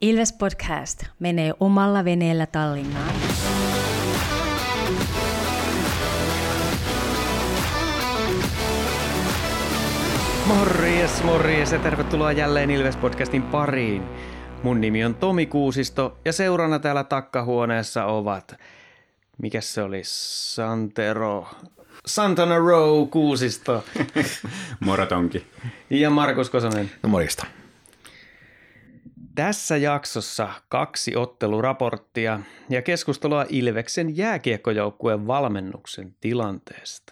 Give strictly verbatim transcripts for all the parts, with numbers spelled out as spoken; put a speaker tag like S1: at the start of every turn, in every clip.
S1: Ilves Podcast menee omalla veneellä Tallinnaan.
S2: Morjes, morjes ja tervetuloa jälleen Ilves Podcastin pariin. Mun nimi on Tomi Kuusisto ja seurana täällä takkahuoneessa ovat, mikäs se oli, Santero, Santana Row Kuusisto.
S3: Moro Tonki.
S2: Ja Markus Kosonen.
S4: No morjesta.
S2: Tässä jaksossa kaksi otteluraporttia ja keskustelua Ilveksen jääkiekkojoukkueen valmennuksen tilanteesta.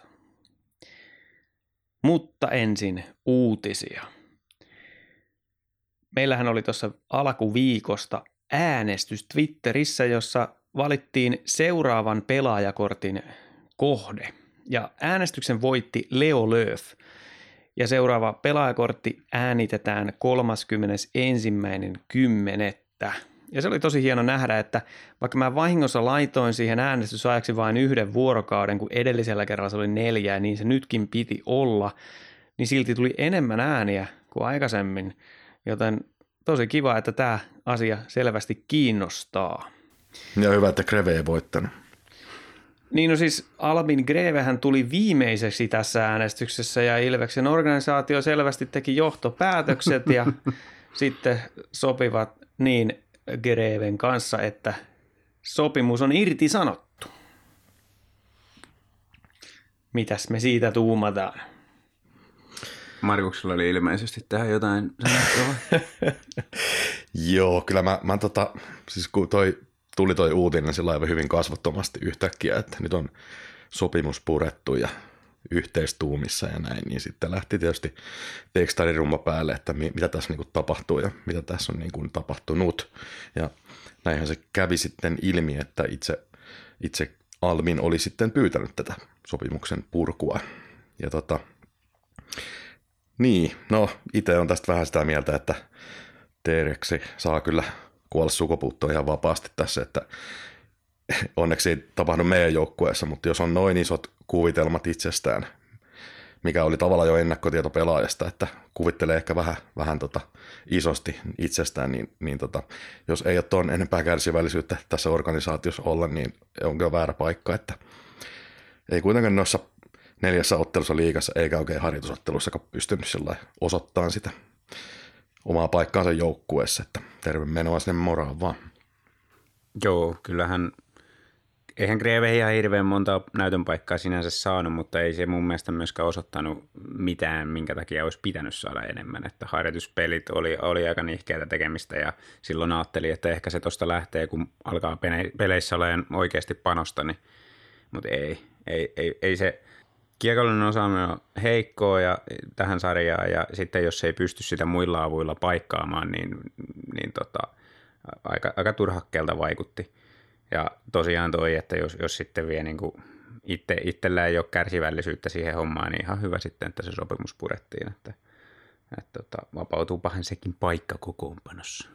S2: Mutta ensin uutisia. Meillähän oli tuossa alkuviikosta äänestys Twitterissä, jossa valittiin seuraavan pelaajakortin kohde. Ja äänestyksen voitti Leo Lööf. Ja seuraava pelaajakortti äänitetään kolmaskymmenesensimmäinen kymmenettä. Ja se oli tosi hieno nähdä, että vaikka mä vahingossa laitoin siihen äänestysajaksi vain yhden vuorokauden, kun edellisellä kerralla se oli neljä, niin se nytkin piti olla, niin silti tuli enemmän ääniä kuin aikaisemmin. Joten tosi kiva, että tämä asia selvästi kiinnostaa.
S4: Ja hyvä, että Greve ei voittanut.
S2: Niin no siis Albin Grevehän tuli viimeiseksi tässä äänestyksessä ja Ilveksen organisaatio selvästi teki johtopäätökset ja sitten sopivat niin Greven kanssa, että sopimus on irtisanottu. Mitäs me siitä tuumataan?
S3: Markuksella oli ilmeisesti tähän jotain sanottavaa.
S4: Joo, kyllä mä, mä tota, siis kun toi, tuli toi uutinen sillä aivan hyvin kasvottomasti yhtäkkiä, että nyt on sopimus purettu ja yhteistuumissa ja näin, niin sitten lähti tietysti tekstarirumma päälle, että mitä tässä niin tapahtuu ja mitä tässä on niin tapahtunut. Ja näinhän se kävi sitten ilmi, että itse, itse Albin oli sitten pyytänyt tätä sopimuksen purkua. Ja tota, niin, no itse on tästä vähän sitä mieltä, että Teereksi saa kyllä kuolla sukupuuttoon ihan vapaasti tässä, että onneksi ei tapahdu meidän joukkueessa, mutta jos on noin isot kuvitelmat itsestään, mikä oli tavallaan jo ennakkotieto pelaajasta, että kuvittelee ehkä vähän, vähän tota isosti itsestään, niin, niin tota, jos ei ole tuon enempää kärsivällisyyttä tässä organisaatiossa olla, niin on kyllä väärä paikka, että ei kuitenkaan noissa neljässä ottelussa liigassa eikä oikein harjoitusottelussakaan pystynyt sillä osoittamaan sitä omaa paikkaansa joukkueessa, että terve menoa sinne moraan vaan.
S3: Joo, kyllähän, eihän Greve ihan hirveän monta näytön paikkaa sinänsä saanut, mutta ei se mun mielestä myöskään osoittanut mitään, minkä takia olisi pitänyt saada enemmän. Että harjoituspelit oli, oli aika nihkeätä tekemistä ja silloin ajattelin, että ehkä se tuosta lähtee, kun alkaa peleissä olemaan oikeasti panosta, niin, mutta ei, ei, ei, ei se kiekollinen osaaminen on heikkoa ja tähän sarjaan ja sitten jos ei pysty sitä muilla avuilla paikkaamaan, niin, niin tota, aika, aika turhakkeelta vaikutti. Ja tosiaan toi, että jos, jos sitten vie niin kuin itse, itsellä ei ole kärsivällisyyttä siihen hommaan, niin ihan hyvä sitten, että se sopimus purettiin, että, että tota, vapautuupahan sekin paikka kokoonpanossa.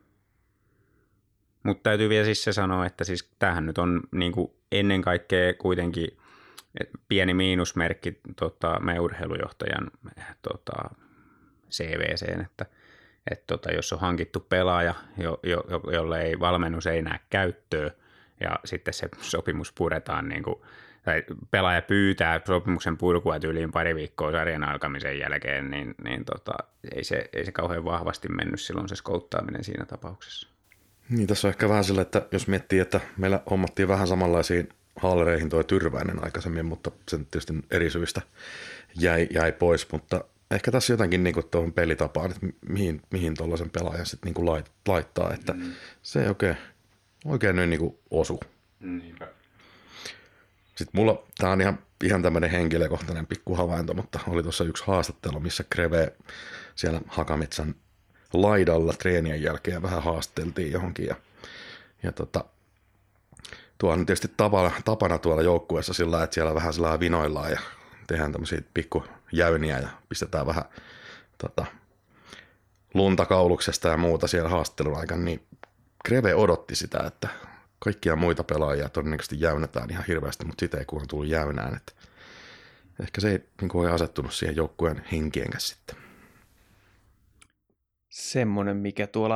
S3: Mutta täytyy vielä siis se sanoa, että siis tämähän nyt on niin kuin ennen kaikkea kuitenkin pieni miinusmerkki tota, meidän urheilujohtajan tota, C V:seen, että et, tota, jos on hankittu pelaaja, jo, jo, jolle ei valmennus ei näe käyttöä ja sitten se sopimus puretaan, niin kuin, tai pelaaja pyytää sopimuksen purkua tyyliin pari viikkoa sarjan alkamisen jälkeen, niin, niin tota, ei, se, ei se kauhean vahvasti mennyt silloin se skouttaaminen siinä tapauksessa.
S4: Niin, tässä on ehkä vähän sillä, että jos miettii, että meillä hommattiin vähän samanlaisiin haalereihin toi Tyrväinen aikaisemmin, mutta sen tietysti eri syistä jäi, jäi pois, mutta ehkä tässä jotenkin niin tuohon pelitapaan, että mihin, mihin tuollaisen pelaajan sitten niin lait, laittaa, että mm. se ei oikein, oikein nyt niin osu.
S3: Niinpä.
S4: Sitten mulla, tää on ihan, ihan tämmöinen henkilökohtainen pikku havainto, mutta oli tuossa yksi haastattelu, missä Greve siellä Hakametsän laidalla treenien jälkeen vähän haasteltiin johonkin ja, ja tota, tuo on tietysti tapana, tapana tuolla joukkueessa sillä, että siellä vähän sillä vinoillaan ja tehdään tämmöisiä pikkujäyniä ja pistetään vähän tota, lunta kauluksesta ja muuta siellä haastattelun aikana, niin Greve odotti sitä, että kaikkia muita pelaajia todennäköisesti jäynätään ihan hirveästi, mutta sitä ei kukaan tullut jäynään. Että ehkä se ei niin kuin, ole asettunut siihen joukkueen henkienkäs sitten.
S2: Semmoinen, mikä tuolla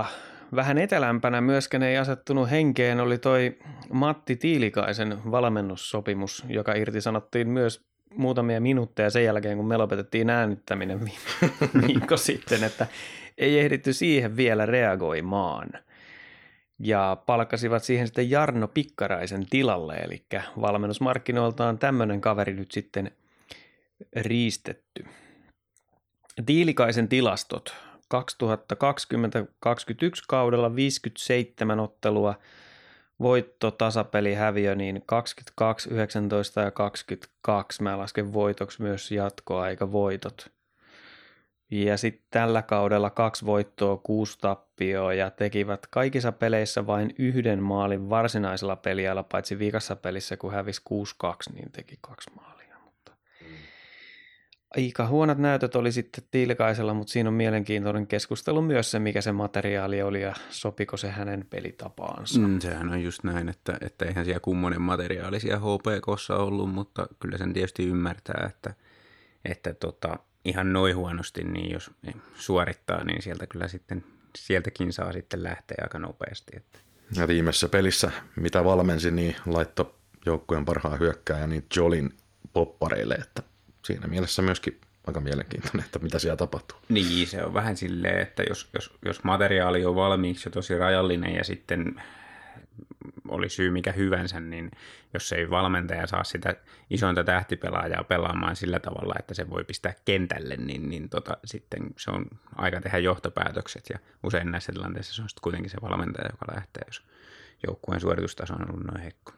S2: vähän etelämpänä myöskään ei asettunut henkeen oli toi Matti Tiilikaisen valmennussopimus, joka irtisanottiin myös muutamia minuutteja sen jälkeen, kun me lopetettiin äänittäminen viikko sitten, että ei ehditty siihen vielä reagoimaan. Ja palkkasivat siihen sitten Jarno Pikkaraisen tilalle, eli valmennusmarkkinoilta on tämmöinen kaveri nyt sitten riistetty. Tiilikaisen tilastot. kaksituhattakaksikymmentä kaksikymmentäyksi kaudella viisikymmentäseitsemän ottelua, voitto, tasapeli, häviö, niin kaksikymmentäkaksi, yhdeksäntoista ja kaksikymmentäkaksi. Mä lasken voitoksi myös jatkoaikavoitot. Ja sitten tällä kaudella kaksi voittoa, kuusi tappioa ja tekivät kaikissa peleissä vain yhden maalin varsinaisella peliajalla, paitsi viikassa pelissä, kun hävisi kuusi kaksi, niin teki kaksi maalia. Mutta aika huonot näytöt oli sitten Tiilikaisella, mutta siinä on mielenkiintoinen keskustelu myös se, mikä se materiaali oli ja sopiko se hänen pelitapaansa.
S3: Mm, sehän on just näin, että, että eihän siellä kummonen materiaali siellä H P K:ssa ollut, mutta kyllä sen tietysti ymmärtää, että, että tota, ihan noin huonosti, niin jos suorittaa, niin sieltä kyllä sitten, sieltäkin saa sitten lähteä aika nopeasti. Että.
S4: Ja viimeisessä pelissä, mitä valmensi, niin laittoi joukkueen parhaan hyökkääjän niin Jolin poppareille, että siinä mielessä myöskin aika mielenkiintoinen, että mitä siellä tapahtuu.
S3: Niin, se on vähän silleen, että jos, jos, jos materiaali on valmiiksi jo tosi rajallinen ja sitten oli syy mikä hyvänsä, niin jos ei valmentaja saa sitä isointa tähtipelaajaa pelaamaan sillä tavalla, että se voi pistää kentälle, niin, niin tota, sitten se on aika tehdä johtopäätökset ja usein näissä tilanteissa se on sitten kuitenkin se valmentaja, joka lähtee, jos joukkueen suoritustaso on ollut noin heikko.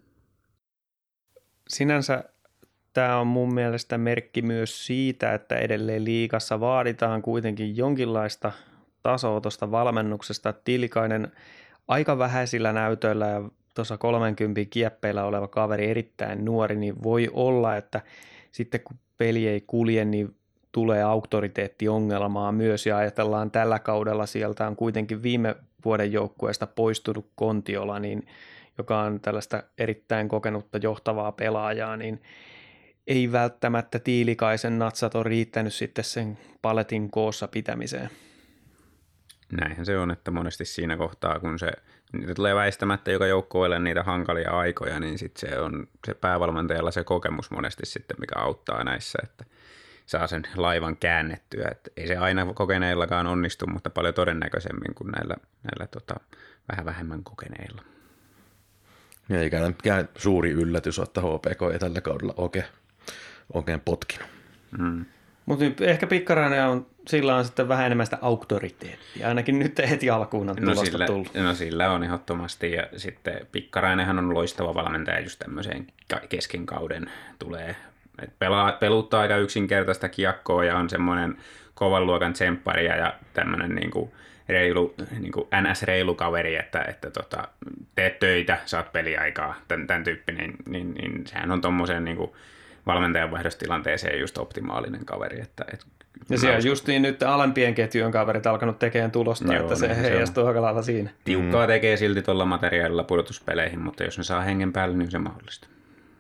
S2: Sinänsä tämä on mun mielestä merkki myös siitä, että edelleen liigassa vaaditaan kuitenkin jonkinlaista tasoa tuosta valmennuksesta. Tiilikainen aika vähäisillä näytöillä ja tuossa kolmenkymmenen kieppeillä oleva kaveri erittäin nuori, niin voi olla, että sitten kun peli ei kulje, niin tulee auktoriteettiongelmaa myös ja ajatellaan tällä kaudella sieltä on kuitenkin viime vuoden joukkueesta poistunut Kontiola, niin, joka on tällaista erittäin kokenutta johtavaa pelaajaa, niin ei välttämättä Tiilikaisen natsat on riittänyt sitten sen paletin koossa pitämiseen.
S3: Näinhän se on, että monesti siinä kohtaa, kun se niitä tulee väistämättä joka joukkueelle niitä hankalia aikoja, niin sitten se on se päävalmentajalla se kokemus monesti sitten, mikä auttaa näissä, että saa sen laivan käännettyä. Että ei se aina kokeneillakaan onnistu, mutta paljon todennäköisemmin kuin näillä, näillä tota, vähän vähemmän kokeneilla.
S4: Ja eikä mikään suuri yllätys, että H P K ei tällä kaudella oikein, oikein potkinut.
S3: Mm.
S2: Mutta ehkä Pikkarainen on, sillä on sitten vähän enemmän sitä auktoriteettia. Ainakin nyt heti alkuun on tulosta
S3: no sillä,
S2: tullut.
S3: No sillä on ehdottomasti ja sitten Pikkarainenhan on loistava valmentaja just tämmöiseen kesken kauden tulee. Et pelaa, peluttaa aika yksinkertaista kiekkoa ja on semmoinen kovan luokan tsempparia ja tämmöinen niinku reilu, niinku N S-reilu kaveri, että, että tota, teet töitä, saat peliaikaa, tämän, tämän tyyppinen, niin, niin sehän on tommoisen niinku valmentajan vaihdostilanteeseen just optimaalinen kaveri. Että, et,
S2: ja siellä on justiin nyt alempien ketjujen kaverit alkanut tekemään tulosta, joo, että se niin heijastuu aika lailla siinä.
S3: Tiukkaa mm. tekee silti tuolla materiaalilla pudotuspeleihin, mutta jos ne saa hengen päälle, niin se mahdollista.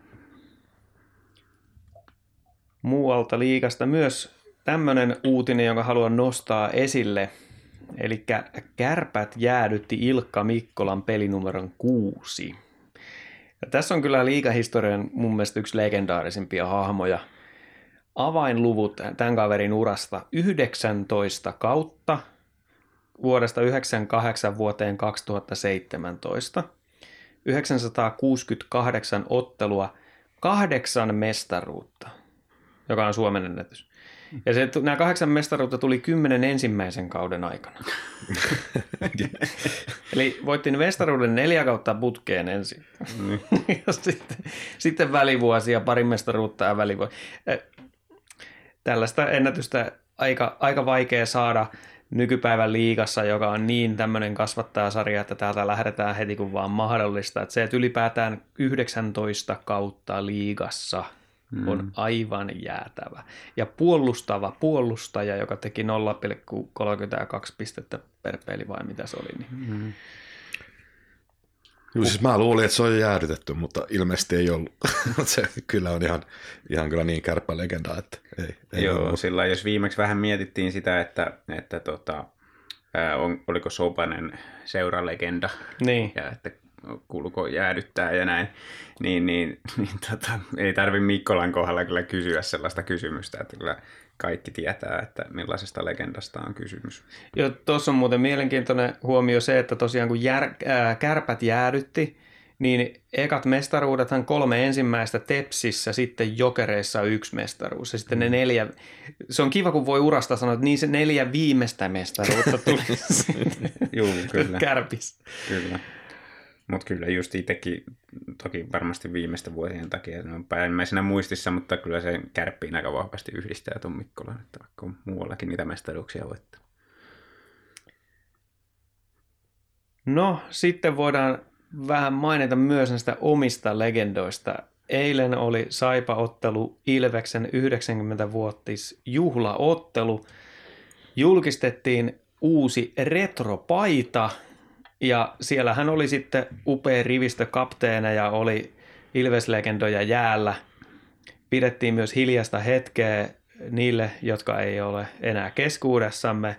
S2: Muualta liigasta myös tämmöinen uutinen, jonka haluan nostaa esille. Eli Kärpät jäädytti Ilkka Mikkolan pelinumeron kuusi. Ja tässä on kyllä liigahistorian mun mielestä yksi legendaarisimpia hahmoja. Avainluvut tämän kaverin urasta yhdeksäntoista kautta vuodesta yhdeksänkymmentäkahdeksan vuoteen kaksituhattaseitsemäntoista. yhdeksänsataakuusikymmentäkahdeksan ottelua, kahdeksan mestaruutta, joka on Suomen ennätys. Ja se, nämä kahdeksan mestaruutta tuli kymmenen ensimmäisen kauden aikana. Eli voittiin mestaruuden neljä kautta putkeen ensin. Mm. ja sitten, sitten välivuosia, pari mestaruutta ja välivuosia. Tällaista ennätystä aika, aika vaikea saada nykypäivän liigassa, joka on niin tämmöinen kasvattajasarja, että täältä lähdetään heti kun vaan mahdollista. Että se, että ylipäätään yhdeksäntoista kautta liigassa mm. on aivan jäätävä. Ja puolustava puolustaja, joka teki nolla pilkku kolmekymmentäkaksi pistettä per peli vai mitä se oli. Niin.
S3: Mm.
S4: Joo, siis mä luulin, että se on jäädytetty, mutta ilmeisesti ei ollut. Se kyllä on ihan, ihan kyllä niin kärppälegenda, että ei. ei
S3: Joo, sillä jos viimeksi vähän mietittiin sitä, että, että tota, ää, on, oliko Sopanen seuralegenda,
S2: Niin.
S3: ja että kuuluuko jäädyttää ja näin, niin, niin, niin tota, ei tarvitse Mikkolan kohdalla kyllä kysyä sellaista kysymystä, että kyllä kaikki tietää, että millaisesta legendasta on kysymys.
S2: Joo, tuossa on muuten mielenkiintoinen huomio se, että tosiaan kun jär, ää, Kärpät jäädytti, niin ekat mestaruudethan kolme ensimmäistä Tepsissä, sitten Jokereissa yksi mestaruus. Ja sitten ne neljä, se on kiva, kun voi urasta sanoa, että niin se neljä viimeistä mestaruutta tuli
S3: Juu, kyllä.
S2: Kärpissä.
S3: Kyllä. Mutta kyllä just itsekin, toki varmasti viimeistä vuosien takia, se on päällimmäisenä muistissa, mutta kyllä se Kärppiin aika vahvasti yhdistää tuon Mikkolan, että vaikka on muuallakin niitä mestaruuksia voittaa.
S2: No, sitten voidaan vähän mainita myös näistä omista legendoista. Eilen oli Saipa-ottelu Ilveksen yhdeksänkymmentävuotis juhlaottelu. Julkistettiin uusi retropaita ja siellähän oli sitten upea rivistö kapteeneja, oli Ilves-legendoja jäällä. Pidettiin myös hiljaista hetkeä niille, jotka ei ole enää keskuudessamme.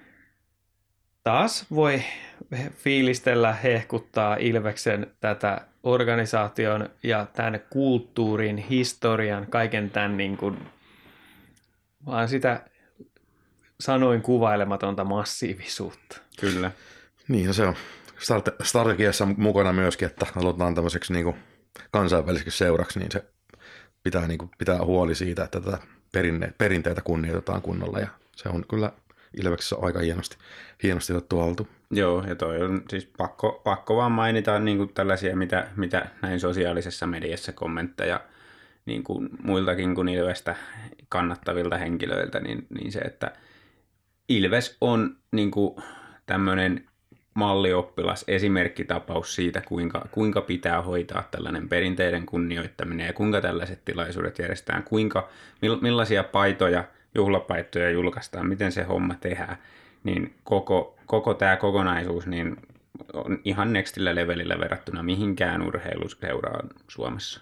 S2: Taas voi fiilistellä, hehkuttaa Ilveksen tätä organisaation ja tämän kulttuurin, historian, kaiken tämän niin kuin, vaan sitä sanoin kuvailematonta massiivisuutta.
S3: Kyllä.
S4: Niin se on strategiassa mukana myöskin, että aloitetaan tämmöiseksi niin kuin kansainväliseksi seuraksi, niin se pitää, niin kuin, pitää huoli siitä, että tätä perinne, perinteitä kunnioitetaan kunnolla ja se on kyllä Ilveksessä aika hienosti, hienosti otettu haltu.
S3: Joo, ja toi on siis pakko, pakko vaan mainita niin kuin tällaisia, mitä, mitä näin sosiaalisessa mediassa kommentteja niin kuin muiltakin kuin Ilvestä kannattavilta henkilöiltä, niin, niin se, että Ilves on niin kuin tämmöinen mallioppilas, esimerkkitapaus siitä, kuinka, kuinka pitää hoitaa tällainen perinteiden kunnioittaminen ja kuinka tällaiset tilaisuudet järjestetään, kuinka, millaisia paitoja, juhlapaittoja julkaistaan, miten se homma tehdään, niin koko, koko tämä kokonaisuus niin on ihan nextillä levelillä verrattuna mihinkään urheiluseuraan Suomessa.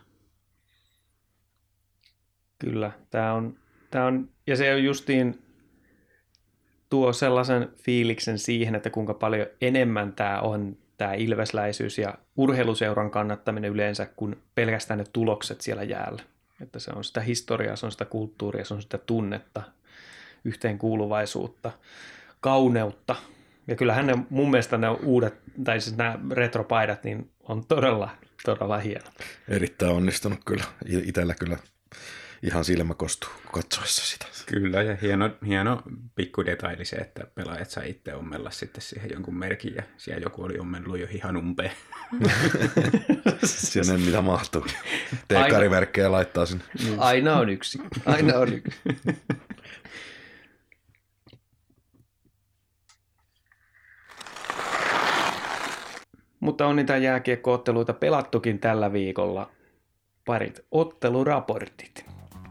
S2: Kyllä, tämä on, tämä on, ja se on justiin tuo sellaisen fiiliksen siihen, että kuinka paljon enemmän tämä on tämä ilvesläisyys ja urheiluseuran kannattaminen yleensä kuin pelkästään ne tulokset siellä jäällä. Että se on sitä historiaa, se on sitä kulttuuria, se on sitä tunnetta, yhteenkuuluvaisuutta, kauneutta. Ja kyllähän ne mun mielestä ne uudet, tai siis nämä retropaidat, niin on todella, todella hieno.
S4: Erittäin onnistunut kyllä. Itsellä kyllä ihan silmä kostuu katsoessa sitä.
S3: Kyllä, ja hieno, hieno pikku detaili se, että pelaajat sai itse ommella sitten siihen jonkun merkin, ja siellä joku oli ommellut jo ihan umpeen.
S4: Sinne mitä mahtuu. Teekkarimerkkejä laittaa sinne.
S2: Aina on yksi. Aina on yksi. Mutta on niitä jääkiekko-otteluita pelattukin tällä viikolla. Parit otteluraportit.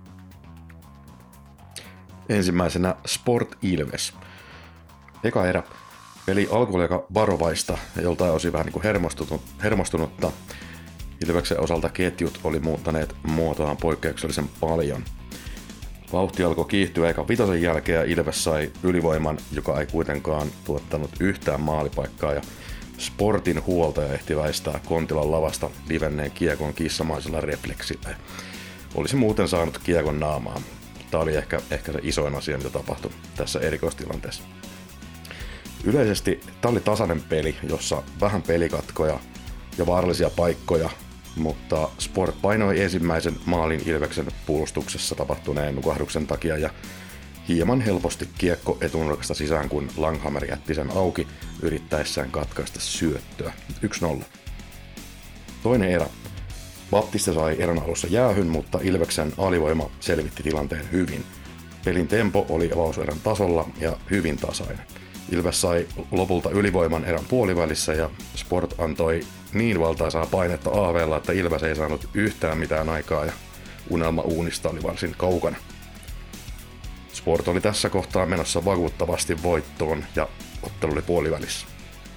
S4: Ensimmäisenä Sport Ilves. Eka erä. Peli alku oli aika varovaista ja joltain osin vähän niin kuin hermostunut, hermostunutta. Ilveksen osalta ketjut oli muuttaneet muotoaan poikkeuksellisen paljon. Vauhti alkoi kiihtyä eka vitosen jälkeen ja Ilves sai ylivoiman, joka ei kuitenkaan tuottanut yhtään maalipaikkaa. Ja Sportin huoltaja ehti väistää Kontilan lavasta livenneen kiekon kissamaisella refleksillä. Olisi muuten saanut kiekon naamaan. Tämä oli ehkä, ehkä se isoin asia, mitä tapahtui tässä erikoistilanteessa. Yleisesti tämä oli tasainen peli, jossa vähän pelikatkoja ja vaarallisia paikkoja, mutta Sport painoi ensimmäisen maalin Ilveksen puolustuksessa tapahtuneen nukahduksen takia ja hieman helposti kiekko etunurkasta sisään, kun Langhammer jätti sen auki yrittäessään katkaista syöttöä. yksi nolla. Toinen erä. Baptiste sai erän alussa jäähyn, mutta Ilveksen alivoima selvitti tilanteen hyvin. Pelin tempo oli avauserän tasolla ja hyvin tasainen. Ilves sai lopulta ylivoiman erän puolivälissä ja Sport antoi niin valtaisaa painetta aaveella, että Ilves ei saanut yhtään mitään aikaa ja unelma uunista oli varsin kaukana. Sport oli tässä kohtaa menossa vakuuttavasti voittoon ja ottelu oli puolivälissä.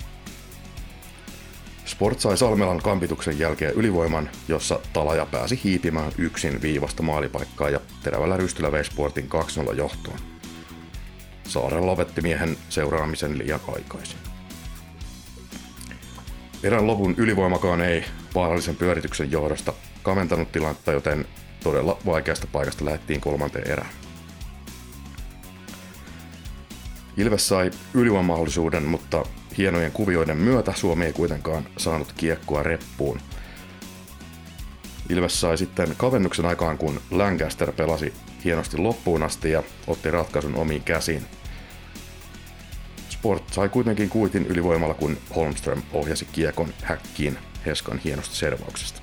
S4: Sport sai Salmelan kampituksen jälkeen ylivoiman, jossa Talaja pääsi hiipimään yksin viivasta maalipaikkaa ja terävällä rystyllä vei Sportin kaksi nolla johtoon. Saaren lopetti miehen seuraamisen liian aikaisin. Erän lopun ylivoimakaan ei vaarallisen pyörityksen johdosta kaventanut tilannetta, joten todella vaikeasta paikasta lähdettiin kolmanteen erään. Ilves sai ylivoimamahdollisuuden, mutta hienojen kuvioiden myötä Suomi ei kuitenkaan saanut kiekkoa reppuun. Ilves sai sitten kavennuksen aikaan, kun Lancaster pelasi hienosti loppuun asti ja otti ratkaisun omiin käsiin. Sport sai kuitenkin kuitin ylivoimalla, kun Holmström ohjasi kiekon häkkiin Heskan hienosta servauksesta.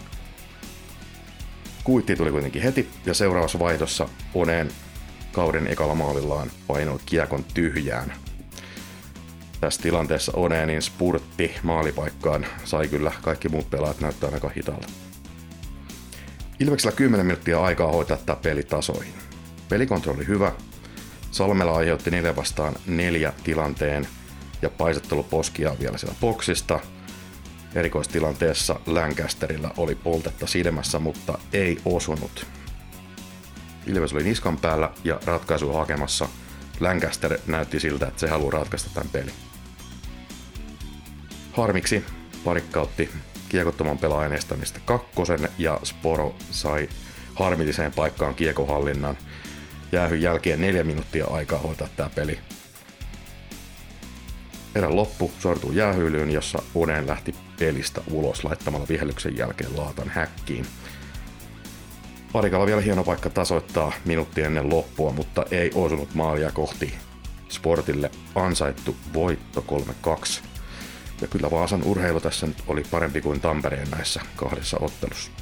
S4: Kuitti tuli kuitenkin heti ja seuraavassa vaihdossa Oneen kauden ekalla maalillaan painoi kiekon tyhjään. Tässä tilanteessa Oneenin spurtti maalipaikkaan sai kyllä kaikki muut pelaajat näyttää aika hitaalta. Ilveksellä kymmenen minuuttia aikaa hoitaa tämä peli tasoihin. Pelikontrolli hyvä. Salmela aiheutti neljä vastaan neljä tilanteen ja paisattelu poskia vielä siellä boksista. Erikoistilanteessa Lancasterilla oli poltetta silmässä, mutta ei osunut. Ilves oli niskan päällä ja ratkaisua hakemassa. Lancaster näytti siltä, että se haluaa ratkaista tämän pelin. Harmiksi Parikka otti kiekottoman pelaajan estämistä kakkosen ja Sporo sai harmilliseen paikkaan kiekohallinnan. Jäähyn jälkeen neljä minuuttia aikaa hoitaa tämä peli. Erän loppu sortui jäähyilyyn, jossa Onen lähti pelistä ulos laittamalla vihellyksen jälkeen laatan häkkiin. Parikalla vielä hieno paikka tasoittaa minuutti ennen loppua, mutta ei osunut maalia kohti. Sportille ansaittu voitto kolme kaksi. Ja kyllä Vaasan urheilu tässä nyt oli parempi kuin Tampereen näissä kahdessa ottelussa.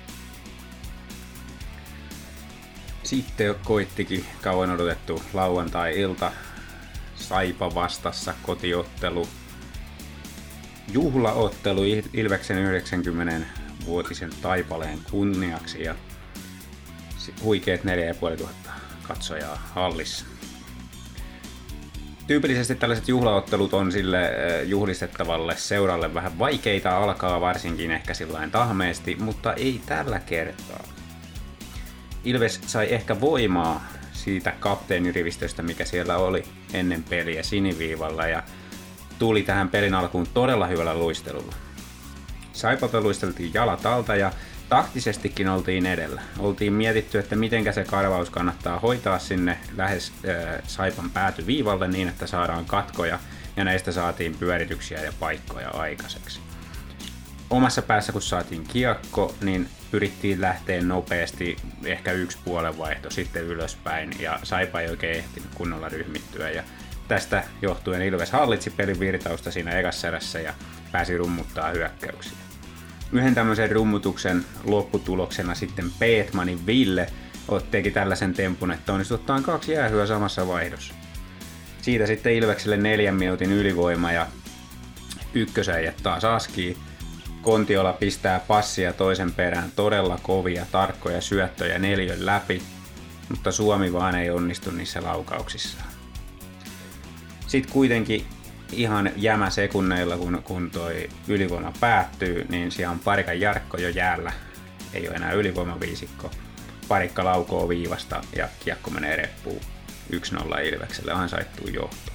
S3: Sitten koittikin kauan odotettu lauantai-ilta. Saipa vastassa kotiottelu. Juhlaottelu Ilveksen yhdeksänkymmenvuotisen taipaleen kunniaksi ja huikeet neljä ja puoli tuhatta katsojaa hallissa. Tyypillisesti tällaiset juhlaottelut on sille juhlistettavalle seuralle vähän vaikeita alkaa, varsinkin ehkä sillain tahmeesti, mutta ei tällä kertaa. Ilves sai ehkä voimaa siitä kapteenirivistöstä, mikä siellä oli ennen peliä siniviivalla ja tuli tähän pelin alkuun todella hyvällä luistelulla. Saipalta luisteltiin jalat alta ja taktisestikin oltiin edellä. Oltiin mietitty, että mitenkä se karvaus kannattaa hoitaa sinne lähes äh, Saipan päätyviivalle niin, että saadaan katkoja ja näistä saatiin pyörityksiä ja paikkoja aikaiseksi. Omassa päässä kun saatiin kiekko, niin pyrittiin lähteä nopeasti, ehkä yksi puolenvaihto sitten ylöspäin ja Saipa ei oikein ehtinyt kunnolla ryhmittyä ja tästä johtuen Ilves hallitsi pelin virtausta siinä ekassa erässä ja pääsi rummuttaa hyökkäyksiä. Yhden tämmöisen rummutuksen lopputuloksena sitten Peetmanin Ville teki tällaisen tempun, että onnistui ottaa kaksi jäähyä samassa vaihdossa. Siitä sitten Ilvekselle neljän minuutin ylivoima ja ykkösäijät taas askii. Kontiola pistää passia toisen perään todella kovia, tarkkoja syöttöjä neljön läpi, mutta Suomi vaan ei onnistu niissä laukauksissaan. Sitten kuitenkin ihan jämäsekunneilla, kun, kun toi ylivoima päättyy, niin siellä on Parikan Jarkko jo jäällä. Ei ole enää ylivoimaviisikko. Parikka laukoo viivasta ja kiekko menee reppuun yksi nolla Ilvekselle ansaittuu johto.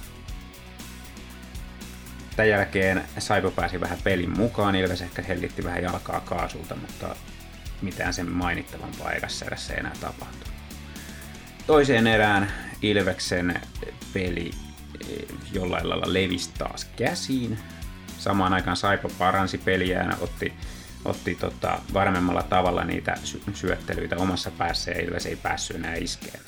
S3: Tämän jälkeen Saipa pääsi vähän pelin mukaan. Ilves ehkä hellitti vähän jalkaa kaasulta, mutta mitään sen mainittavan paikassa erässä ei enää tapahtunut. Toiseen erään Ilveksen peli jollain lailla levisi taas käsiin. Samaan aikaan Saipa paransi peliään, otti, otti tota, varmemmalla tavalla niitä sy- syöttelyitä omassa päässä ja Ilves ei päässyt enää iskeen.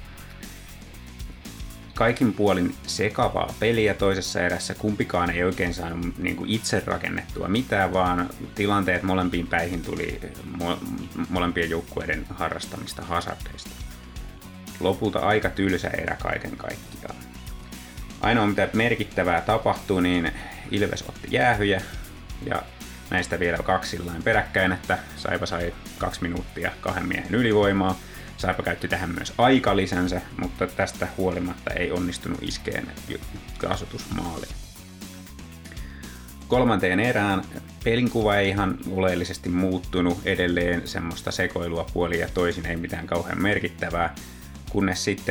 S3: Kaikin puolin sekavaa peliä toisessa erässä, kumpikaan ei oikein saanut niin kuin itse rakennettua mitään, vaan tilanteet molempiin päihin tuli mo- molempien joukkueiden harrastamista hazardeista. Lopulta aika tylsä erä kaiken kaikkiaan. Ainoa mitä merkittävää tapahtui, niin Ilves otti jäähyjä ja näistä vielä kaksi sillain peräkkäin, että Saipa sai kaksi minuuttia kahden miehen ylivoimaa. Saipa käytti tähän myös aikalisänsä, mutta tästä huolimatta ei onnistunut iskeen tasoitusmaaliin. Kolmanteen erään pelinkuva ei ihan oleellisesti muuttunut, edelleen semmoista sekoilua puolin ja toisin, ei mitään kauhean merkittävää, kunnes sitten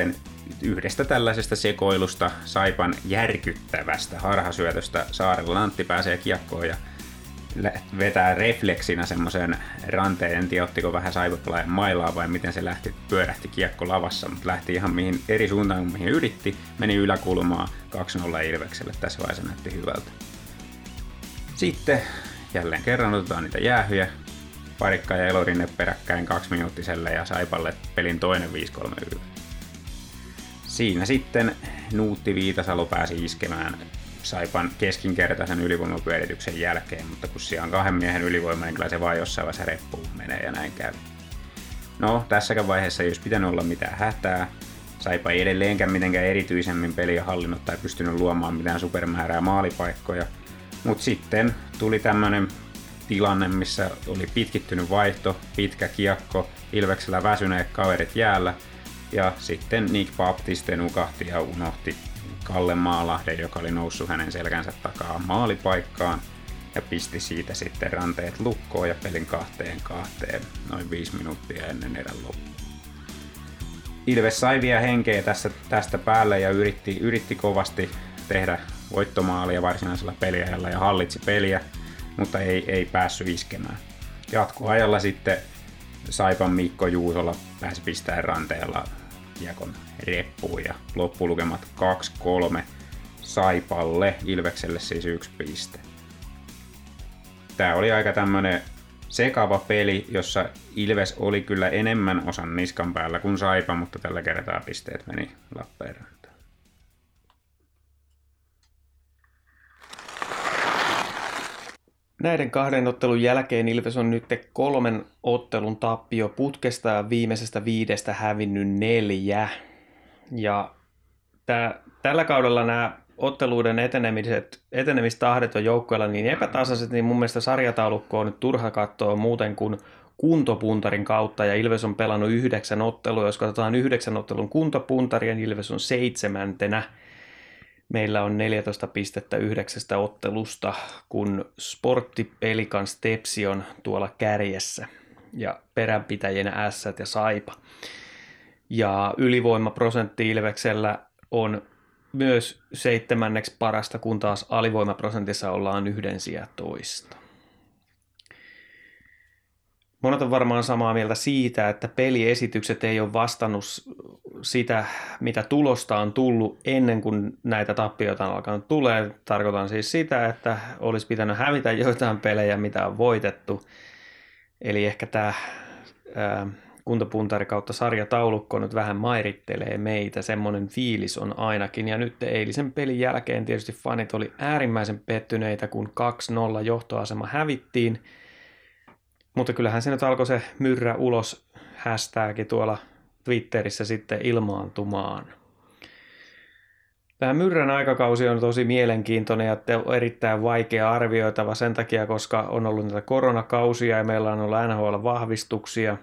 S3: yhdestä tällaisesta sekoilusta, Saipan järkyttävästä harhasyötöstä Saarella Antti pääsee kiekkoon ja vetää refleksinä semmoisen ranteen. En tiedä, ottiko vähän Saipa-pelaajan mailaa vai miten se lähti, pyörähti kiekko lavassa, mutta lähti ihan mihin, eri suuntaan kuin mihin yritti. Meni yläkulmaa kaksi nolla Ilvekselle. Tässä vaiheessa näytti hyvältä. Sitten jälleen kerran otetaan niitä jäähyjä. Parikka ja Elorinne peräkkäin kaksiminuuttiselle ja Saipalle pelin toinen viisi kolme yksi. Siinä sitten Nuutti Viitasalo pääsi iskemään Saipan keskinkertaisen ylivoimapyörityksen jälkeen, mutta kun siellä on kahden miehen ylivoima, niin kyllä se vaan jossain vaiheessa reppuun menee ja näin käy. No, tässäkään vaiheessa ei olisi pitänyt olla mitään hätää. Saipa ei edelleenkään mitenkään erityisemmin peliä hallinnut tai pystynyt luomaan mitään supermäärää maalipaikkoja. Mutta sitten tuli tämmönen tilanne, missä oli pitkittynyt vaihto, pitkä kiekko, Ilveksellä väsyneet kaverit jäällä, ja sitten Nick Baptiste nukahti ja unohti Kalle Maalahden, joka oli noussut hänen selkänsä takaa maalipaikkaan, ja pisti siitä sitten ranteet lukkoon ja pelin kahteen kahteen noin viisi minuuttia ennen erän loppua. Ilves sai vielä henkeä tässä, tästä päälle ja yritti, yritti kovasti tehdä voittomaalia varsinaisella peliajalla ja hallitsi peliä, mutta ei, ei päässyt iskemään. Jatkoajalla sitten Saipan Mikko Juusola pääsi pistämään ranteella kiekon reppuun ja loppulukemat kaksi kolme Saipalle, Ilvekselle siis yksi piste. Tää oli aika tämmönen sekava peli, jossa Ilves oli kyllä enemmän osan niskan päällä kuin Saipa, mutta tällä kertaa pisteet meni Lappeenrantaan.
S2: Näiden kahden ottelun jälkeen Ilves on nyt kolmen ottelun tappio putkesta ja viimeisestä viidestä hävinnyt neljä. Ja tää, tällä kaudella nämä otteluiden etenemiset, etenemistahdet on joukkueella niin epätasaiset, niin mun mielestä sarjataulukko on nyt turha katsoa muuten kuin kuntopuntarin kautta, ja Ilves on pelannut yhdeksän ottelua. Jos katsotaan yhdeksän ottelun kuntopuntaria, niin Ilves on seitsemäntenä. Meillä on neljätoista pistettä yhdeksästä ottelusta, kun Sportti Pelikans Tepsi on tuolla kärjessä ja peränpitäjänä Ässät ja Saipa. Ja ylivoimaprosentti Ilveksellä on myös seitsemänneksi parasta, kun taas alivoimaprosentissa ollaan yhden sijaan toista. Monet on varmaan samaa mieltä siitä, että peliesitykset ei ole vastannut sitä, mitä tulosta on tullut ennen kuin näitä tappioita on alkanut tulee. Tarkoitan siis sitä, että olisi pitänyt hävitä joitain pelejä, mitä on voitettu. Eli ehkä tämä ää, kuntopuntari kautta sarjataulukko nyt vähän mairittelee meitä. Semmoinen fiilis on ainakin. Ja nyt eilisen pelin jälkeen tietysti fanit oli äärimmäisen pettyneitä, kun kaksi nolla johtoasema hävittiin. Mutta kyllähän se nyt alkoi se myrrä ulos hashtag tuolla Twitterissä sitten ilmaantumaan. Tämä myrrän aikakausi on tosi mielenkiintoinen ja erittäin vaikea arvioitava sen takia, koska on ollut näitä koronakausia ja meillä on ollut N H L-vahvistuksia.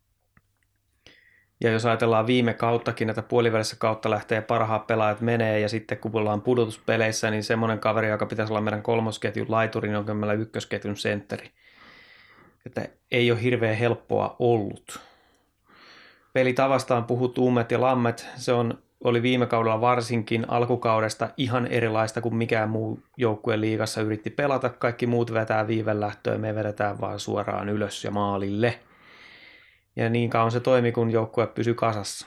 S2: Ja jos ajatellaan viime kauttakin, että puolivälissä kautta lähtee parhaat pelaajat menee ja sitten kun ollaan pudotuspeleissä, niin semmoinen kaveri, joka pitäisi olla meidän kolmosketjun laituri, niin onko meillä ykkösketjun sentteri. Että ei ole hirveän helppoa ollut. Pelitavasta on puhuttu ummet ja lammet. Se on, oli viime kaudella varsinkin alkukaudesta ihan erilaista kuin mikään muu joukkue liigassa yritti pelata. Kaikki muut vetää viivelähtöä, me vedetään vaan suoraan ylös ja maalille. Ja niin kauan se toimi, kun joukkue pysyi kasassa.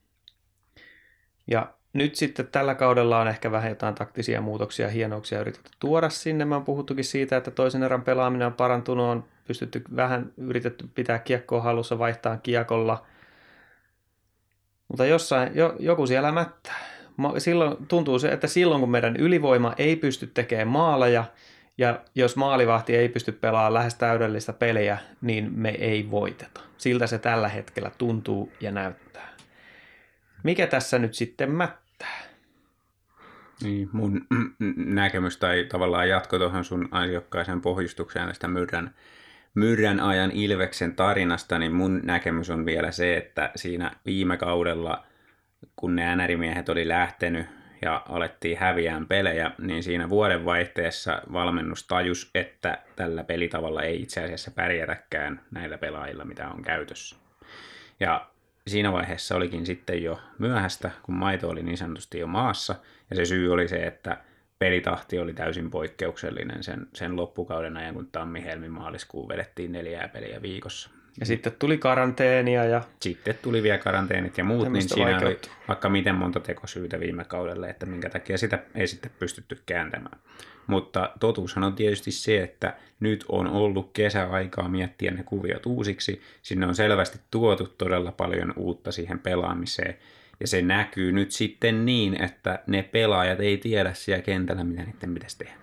S2: Ja nyt sitten tällä kaudella on ehkä vähän jotain taktisia muutoksia ja hienouksia yritetty tuoda sinne. Mä oon puhuttukin siitä, että toisen erän pelaaminen on parantunut, on pystytty vähän yritetty pitää kiekkoa hallussa, vaihtaa kiekolla. Mutta jossain, jo, joku siellä mättää. Silloin tuntuu se, että silloin kun meidän ylivoima ei pysty tekemään maaleja, ja jos maalivahti ei pysty pelaamaan lähes täydellistä peliä, niin me ei voiteta. Siltä se tällä hetkellä tuntuu ja näyttää. Mikä tässä nyt sitten mättää?
S3: Niin, mun näkemys tai tavallaan jatko tuohon sun ansiokkaaseen pohjustukseen tästä myrrän, myrrän ajan Ilveksen tarinasta, niin mun näkemys on vielä se, että siinä viime kaudella, kun ne änärimiehet oli lähtenyt ja alettiin häviään pelejä, niin siinä vuodenvaihteessa valmennus tajus, että tällä pelitavalla ei itse asiassa pärjätäkään näillä pelaajilla, mitä on käytössä. Ja siinä vaiheessa olikin sitten jo myöhäistä, kun maito oli niin sanotusti jo maassa. Ja se syy oli se, että pelitahti oli täysin poikkeuksellinen sen, sen loppukauden ajan, kun tammi, helmi, maaliskuun vedettiin neljää peliä viikossa.
S2: Ja sitten tuli karanteenia ja...
S3: Sitten tuli vielä karanteenit ja muut, niin siinä
S2: vaikeutta.
S3: oli vaikka miten monta tekosyytä viime kaudelle, että minkä takia sitä ei sitten pystytty kääntämään. Mutta totuushan on tietysti se, että nyt on ollut kesäaikaa miettiä ne kuviot uusiksi. Sinne on selvästi tuotu todella paljon uutta siihen pelaamiseen. Ja se näkyy nyt sitten niin, että ne pelaajat ei tiedä siellä kentällä, mitä niiden pitäisi tehdä.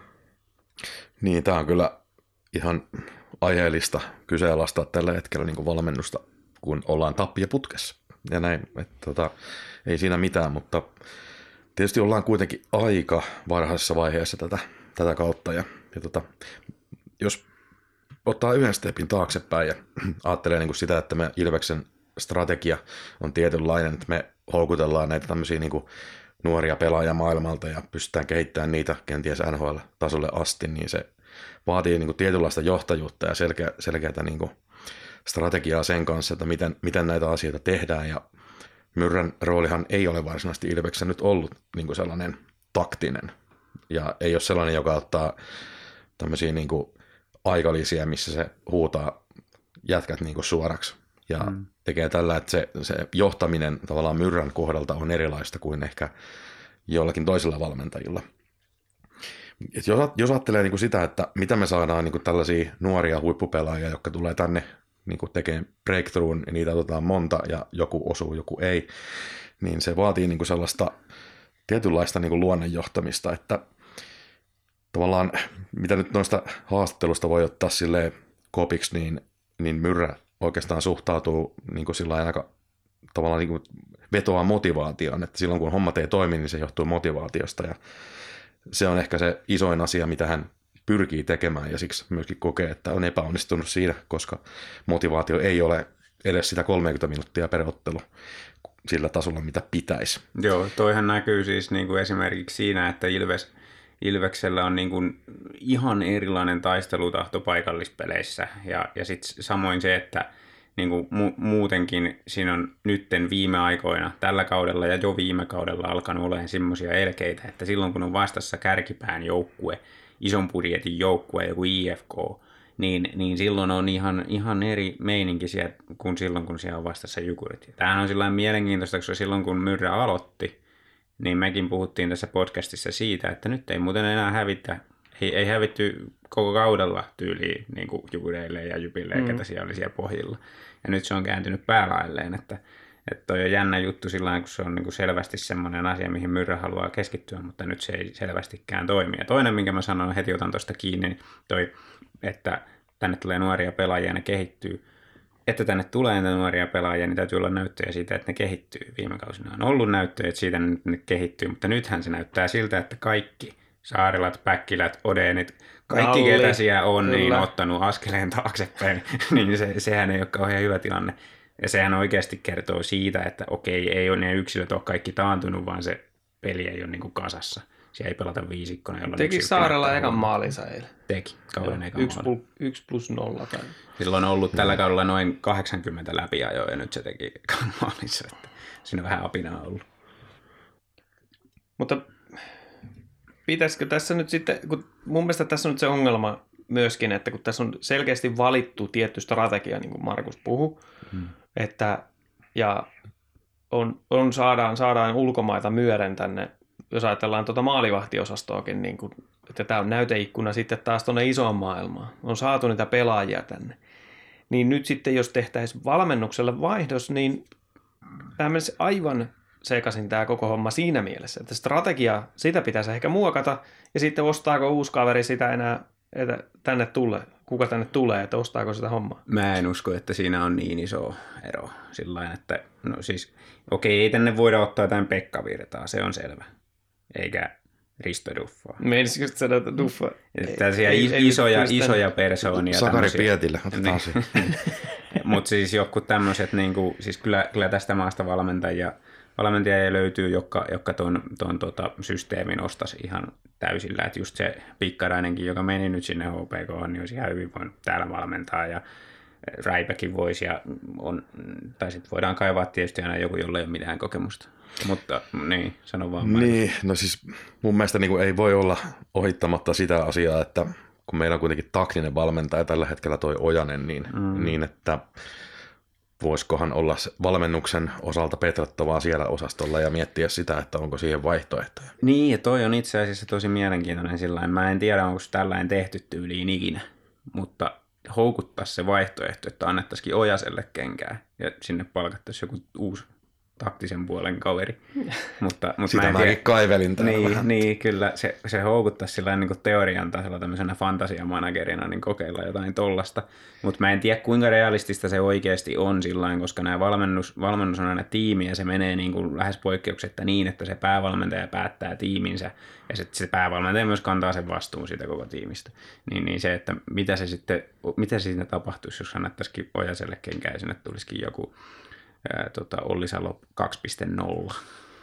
S4: Niin, tämä on kyllä ihan aiheellista kyseenalaistaa tällä hetkellä niin kuin valmennusta, kun ollaan tappioputkessa. Ja näin, että tota, ei siinä mitään, mutta tietysti ollaan kuitenkin aika varhaisessa vaiheessa tätä, tätä kautta. Ja, ja tota, jos ottaa yhden stepin taaksepäin ja ajattelee niin kuin sitä, että me Ilveksen strategia on tietynlainen, että me houkutellaan näitä tämmöisiä niin kuin nuoria pelaajia maailmalta ja pystytään kehittämään niitä kenties N H L-tasolle asti, niin se vaatii niin kuin tietynlaista johtajuutta ja selkeä, selkeätä niin kuin strategiaa sen kanssa, että miten, miten näitä asioita tehdään. Ja Myrrän roolihan ei ole varsinaisesti Ilveksessä nyt ollut niin kuin sellainen taktinen. Ja ei ole sellainen, joka ottaa tämmöisiä niin kuin aikalisiä, missä se huutaa jätkät niin kuin suoraksi. Ja mm. tekee tällä, että se, se johtaminen tavallaan Myrrän kohdalta on erilaista kuin ehkä jollakin toisella valmentajilla. Et jos, jos ajattelee niin kuin sitä, että mitä me saadaan niin kuin tällaisia nuoria huippupelaajia, jotka tulee tänne niin kuin tekemään breakthroughin, ja niitä otetaan monta, ja joku osuu, joku ei, niin se vaatii niin kuin sellaista tietynlaista niin kuin luonnonjohtamista, että tavallaan, mitä nyt noista haastattelusta voi ottaa silleen kopiksi, niin, niin Myrrä oikeastaan suhtautuu niin kuin sillain aika tavallaan niin kuin vetoaa motivaatioon, että silloin kun hommat ei toimi, niin se johtuu motivaatiosta, ja se on ehkä se isoin asia, mitä hän pyrkii tekemään, ja siksi myöskin kokee, että on epäonnistunut siinä, koska motivaatio ei ole edes sitä kolmekymmentä minuuttia per ottelu sillä tasolla, mitä pitäisi.
S3: Joo, toihan näkyy siis niin kuin esimerkiksi siinä, että Ilves, Ilveksellä on niin kuin ihan erilainen taistelutahto paikallispeleissä, ja, ja sitten samoin se, että niin kuin mu- muutenkin siinä on nytten viime aikoina, tällä kaudella ja jo viime kaudella alkanut olemaan semmoisia elkeitä, että silloin kun on vastassa kärkipään joukkue, ison budjetin joukkue, joku I F K, niin, niin silloin on ihan, ihan eri meininki siellä, kuin silloin, kun siellä on vastassa Jukurit. Tämähän on sillain mielenkiintoista, koska silloin kun Myrrä aloitti, niin mekin puhuttiin tässä podcastissa siitä, että nyt ei muuten enää hävitä, ei, ei hävitty koko kaudella tyyliin niin kuin Jukureille ja Jypille, mm. ketä siellä oli siellä pohjilla. Ja nyt se on kääntynyt päälailleen, että Että toi on jännä juttu sillä tavalla, kun se on niin kuin selvästi semmoinen asia, mihin Myrrä haluaa keskittyä, mutta nyt se ei selvästikään toimi. Ja toinen, minkä mä sanoin, heti otan tuosta kiinni, niin toi, että tänne tulee nuoria pelaajia ja ne kehittyy. Että tänne tulee näitä nuoria pelaajia, niin täytyy olla näyttöjä siitä, että ne kehittyy. Viime kausina on ollut näyttöjä, että siitä ne kehittyy, mutta nythän se näyttää siltä, että kaikki Saarilat, Päkkilät, Odenit, kaikki
S2: Nalli,
S3: ketä siellä on,
S2: kyllä.
S3: niin ottanut askeleen taaksepäin, niin se, sehän ei ole kauhean hyvä tilanne. Ja sehän oikeasti kertoo siitä, että okei, ei ole ne yksilöt ole kaikki taantunut, vaan se peli ei ole niin kuin kasassa. Siellä ei pelata viisikkona.
S2: Teki Saarella ekan maalinsa eilen.
S3: Teki kauden ekan
S2: yksi,
S3: maalin.
S2: pl- yksi plus nolla. Tai...
S3: Silloin on ollut tällä kaudella noin kahdeksankymmentä läpiajoa ja nyt se teki ekan maalinsa. Että siinä on vähän apinaa ollut.
S2: Mutta pitäisikö tässä nyt sitten, kun mun mielestä tässä on nyt se ongelma myöskin, että kun tässä on selkeästi valittu tietty strategia, niin kuin Markus puhui, hmm. että ja on, on saadaan, saadaan ulkomaita myöden tänne, jos ajatellaan tuota maalivahtiosastoakin, niin kuin, että tämä on näyteikkuna sitten taas tuonne isoon maailmaan. On saatu niitä pelaajia tänne. Niin nyt sitten, jos tehtäisiin valmennukselle vaihdos, niin tämä menisi aivan sekaisin tämä koko homma siinä mielessä, että strategia, sitä pitäisi ehkä muokata, ja sitten ostaako uusi kaveri sitä enää, että tänne tulee, kuka tänne tulee, että ostaako sitä hommaa?
S3: Mä en usko, että siinä on niin iso ero sillain, että no siis, okei, ei tänne voida ottaa jotain Pekka Virtaa, se on selvä, eikä Risto Duffaa.
S2: Meinisikö sitä sanoa, että Duffaa?
S3: Tällaisia ei, ei, isoja, ei isoja persoonia.
S4: Sakari Pietille, otetaan se.
S3: Mutta siis joku tämmöiset, niinku, siis kyllä, kyllä tästä maasta valmentajia, valmentajia löytyy, jotka, jotka ton, ton tota, systeemin ostaisi ihan täysillä. Että just se Pikkarainenkin, joka meni nyt sinne H P K, niin olisi ihan hyvin voinut täällä valmentaa. Ja räipäkin voisi, ja on, tai sitten voidaan kaivaa tietysti aina joku, jolla ei ole mitään kokemusta. Mutta niin, sano vaan.
S4: Niin, no siis mun mielestä niin kuin ei voi olla ohittamatta sitä asiaa, että kun meillä on kuitenkin taktinen valmentaja tällä hetkellä toi Ojanen, niin, mm. niin että voisikohan olla valmennuksen osalta petrattavaa siellä osastolla ja miettiä sitä, että onko siihen vaihtoehtoja.
S3: Niin, ja toi on itse asiassa tosi mielenkiintoinen sillain. Mä en tiedä, onko se tällainen tehty tyyliin ikinä, mutta houkuttaa se vaihtoehto, että annettaisikin Ojaselle kenkää ja sinne palkattaisiin joku uusi taktisen puolen kaveri. mutta, mutta
S4: sitä mäkin kaivelin täällä
S3: niin,
S4: vähän.
S3: niin, kyllä se, se houkuttaisi sillä niin kuin teorian tasolla tämmöisenä fantasiamanagerina niin kokeilla jotain tollasta. Mutta mä en tiedä, kuinka realistista se oikeasti on sillain, koska nämä valmennus, valmennus on aina tiimi ja se menee niin kuin lähes poikkeuksetta niin, että se päävalmentaja päättää tiiminsä ja sitten se päävalmentaja myös kantaa sen vastuun siitä koko tiimistä. Niin, niin se, että mitä se sitten, mitä siinä tapahtuisi, jos annettaisikin Ojaselle kenkää ja sinne tulisikin joku Ää, tota, Olli Salo kaksi piste nolla.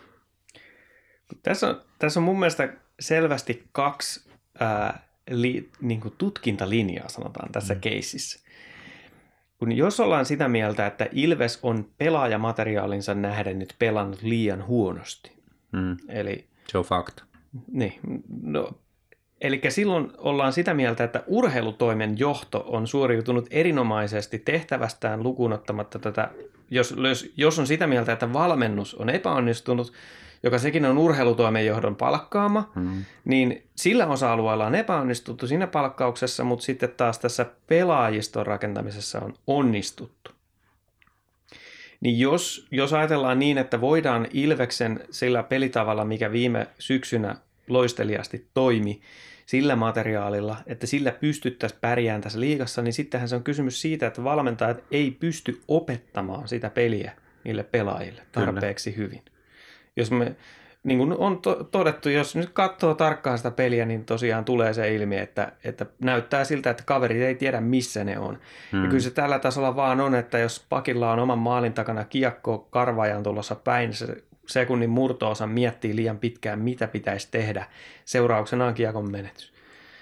S2: Tässä on, tässä on mun mielestä selvästi kaksi ää, li, niin kuin tutkintalinjaa, sanotaan tässä mm. keississä. Kun jos ollaan sitä mieltä, että Ilves on pelaajamateriaalinsa nähden nyt pelannut liian huonosti.
S3: Mm.
S2: Eli,
S3: se on fakta.
S2: Niin, no, eli silloin ollaan sitä mieltä, että urheilutoimen johto on suoriutunut erinomaisesti tehtävästään lukuun ottamatta tätä, jos, jos on sitä mieltä, että valmennus on epäonnistunut, joka sekin on urheilutoimen johdon palkkaama, hmm. niin sillä osa-alueella on epäonnistuttu siinä palkkauksessa, mutta sitten taas tässä pelaajiston rakentamisessa on onnistuttu. Niin jos, jos ajatellaan niin, että voidaan Ilveksen sillä pelitavalla, mikä viime syksynä loisteliasti toimi, sillä materiaalilla, että sillä pystyttäisiin pärjäämään tässä liigassa, niin sittenhän se on kysymys siitä, että valmentajat ei pysty opettamaan sitä peliä niille pelaajille tarpeeksi Kyllä. hyvin. Jos me, niin kuin on to- todettu, jos nyt katsoo tarkkaan sitä peliä, niin tosiaan tulee se ilmi, että, että näyttää siltä, että kaverit ei tiedä, missä ne on. Hmm. Ja kyllä se tällä tasolla vaan on, että jos pakilla on oman maalin takana kiekko karvaajan tulossa päin, se sekunnin murto-osa miettii liian pitkään, mitä pitäisi tehdä. Seurauksena on kiekon menetys.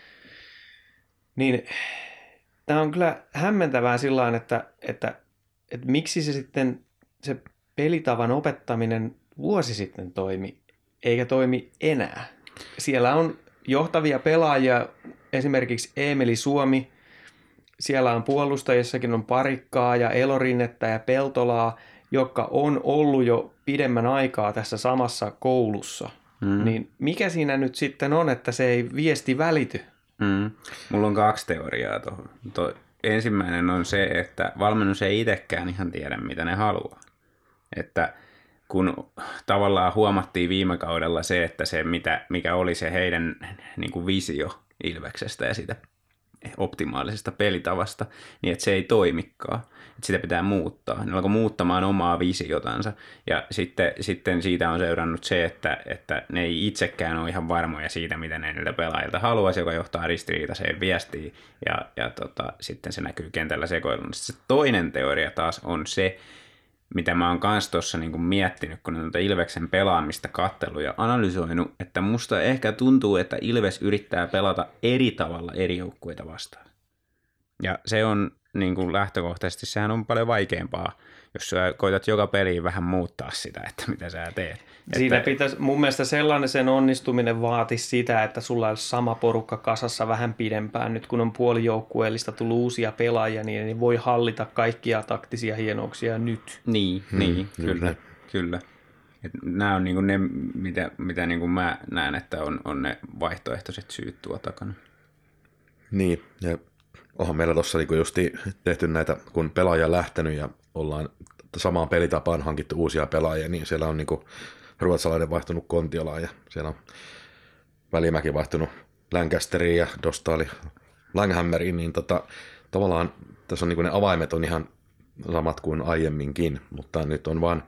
S2: Niin tämä on kyllä hämmentävää sillain, että, että, että miksi se sitten se pelitavan opettaminen vuosi sitten toimi, eikä toimi enää. Siellä on johtavia pelaajia, esimerkiksi Eemeli Suomi. Siellä on puolustajissakin on Parikkaa ja Elorinnettä ja Peltolaa, jotka on ollut jo pidemmän aikaa tässä samassa koulussa. Mm. Niin mikä siinä nyt sitten on, että se ei viesti välity?
S3: Mm. Mulla on kaksi teoriaa tuohon. To, ensimmäinen on se, että valmennus ei itsekään ihan tiedä, mitä ne haluaa. Että kun tavallaan huomattiin viime kaudella se, että se mitä, mikä oli se heidän niin kuin visio Ilveksestä ja sitä optimaalisesta pelitavasta, niin että se ei toimikaan. Että sitä pitää muuttaa. Ne alkoi muuttamaan omaa visiotansa ja sitten, sitten siitä on seurannut se, että, että ne ei itsekään ole ihan varmoja siitä, mitä ne niiltä pelaajilta haluaisi, joka johtaa ristiriitaiseen viestiin ja, ja tota, sitten se näkyy kentällä sekoilun. Sitten se toinen teoria taas on se, mitä mä oon kans tuossa niinku miettinyt, kun on Ilveksen pelaamista katsellut ja analysoinut, että musta ehkä tuntuu, että Ilves yrittää pelata eri tavalla eri joukkueita vastaan. Ja se on niinku lähtökohtaisesti, sehän on paljon vaikeampaa, jos sä koitat joka peliin vähän muuttaa sitä, että mitä sä teet.
S2: Siinä
S3: että
S2: pitäisi, mun mielestä sellainen sen onnistuminen vaatisi sitä, että sulla olisi sama porukka kasassa vähän pidempään. Nyt kun on puolijoukkueellista tullut uusia pelaajia, niin ne voi hallita kaikkia taktisia hienouksia nyt.
S3: Niin, hmm, niin kyllä, kyllä. Et nämä on niinku ne, mitä, mitä niinku mä näen, että on, on ne vaihtoehtoiset syyt tuo takana.
S4: Niin, ja onhan meillä tuossa niinku justi tehty näitä, kun pelaaja on lähtenyt ja ollaan samaan pelitapaan hankittu uusia pelaajia, niin siellä on niinku ruotsalainen vaihtunut Kontiolaan ja siellä on Välimäki vaihtunut Lancasteriin ja Dostali Langhammeriin, niin tota, tavallaan tässä on niinku ne avaimet on ihan samat kuin aiemminkin, mutta nyt on vaan,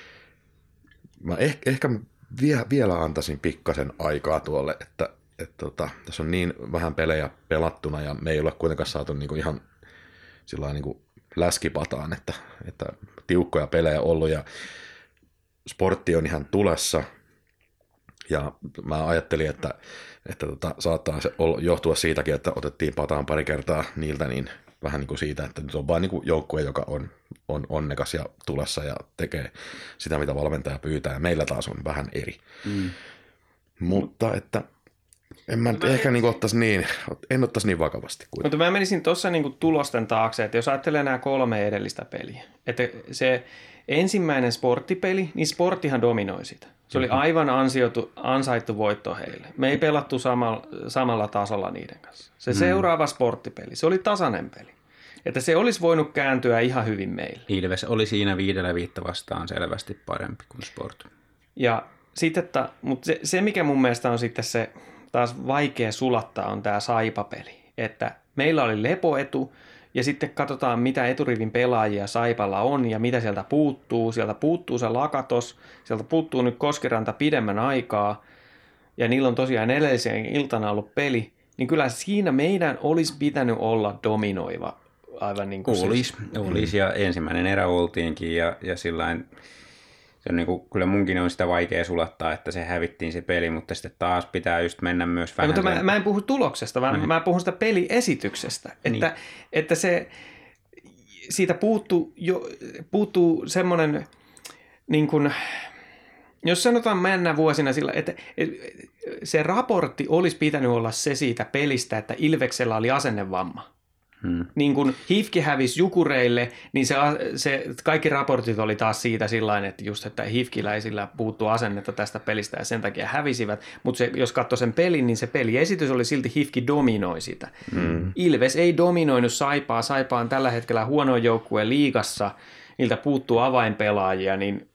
S4: mä ehkä, ehkä vie, vielä antaisin pikkasen aikaa tuolle, että et tota, tässä on niin vähän pelejä pelattuna ja me ei ole kuitenkaan saatu niinku ihan sillä niinku läskipataan, että, että tiukkoja pelejä ollut ja sportti on ihan tulessa ja mä ajattelin, että, että tota, saattaa se johtua siitäkin, että otettiin pataan pari kertaa niiltä, niin vähän niin kuin siitä, että nyt on vain niin kuin joukkue, joka on, on onnekas ja tulessa ja tekee sitä, mitä valmentaja pyytää. Ja meillä taas on vähän eri. Mm. Mutta että en mä, mä ehkä en... niin ottaisi niin, en ottaisi niin vakavasti. Kuin.
S2: Mutta mä menisin tuossa niin tulosten taakse, että jos ajattelee nämä kolme edellistä peliä, että se ensimmäinen sporttipeli, niin sporttihan dominoi sitä. Se oli aivan ansioitu, ansaittu voitto heille. Me ei pelattu samalla, samalla tasolla niiden kanssa. Se mm. seuraava sporttipeli, se oli tasainen peli. Että se olisi voinut kääntyä ihan hyvin meille.
S3: Ilves oli siinä viidellä viittä vastaan selvästi parempi kuin Sport.
S2: Ja sitten, että, mutta se, se, mikä mun mielestä on sitten se taas vaikea sulattaa, on tämä Saipa-peli. Että meillä oli lepoetu, ja sitten katsotaan, mitä eturivin pelaajia Saipalla on ja mitä sieltä puuttuu. Sieltä puuttuu se Lakatos, sieltä puuttuu nyt Koskiranta pidemmän aikaa, ja niillä on tosiaan edellisen iltana ollut peli. Niin kyllä siinä meidän olisi pitänyt olla dominoiva. Aivan niin kuin
S3: olisi, olisi, ja ensimmäinen erä oltiinkin, ja, ja sillain, se on niin kuin, kyllä munkin on sitä vaikea sulattaa, että se hävittiin se peli, mutta sitten taas pitää just mennä myös vähän.
S2: Mutta mä, mä en puhu tuloksesta, vaan mm. mä puhun sitä peliesityksestä, että, niin. että se, siitä puuttuu, jo, puuttuu semmoinen, niin kuin, jos sanotaan mennä vuosina sillä, että se raportti olisi pitänyt olla se siitä pelistä, että Ilveksellä oli asennevamma. Hmm. Niin kun H I F K hävisi Jukureille, niin se, se, kaikki raportit oli taas siitä sillain, että just, että H I F K:läisillä puuttuu asennetta tästä pelistä ja sen takia hävisivät. Mutta jos katsoi sen pelin, niin se peliesitys oli silti H I F K dominoi sitä. Hmm. Ilves ei dominoinut Saipaa. Saipa on tällä hetkellä huono joukkue liigassa. Niiltä puuttuu avainpelaajia, niin...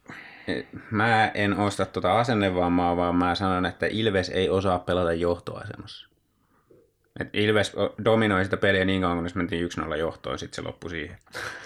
S3: Mä en osta tuota asennevammaa, vaan mä sanon, että Ilves ei osaa pelata johtoasemassa. Et Ilves dominoi sitä peliä niin kauan, kun se mentiin yksi nolla johtoon, sitten se loppui siihen.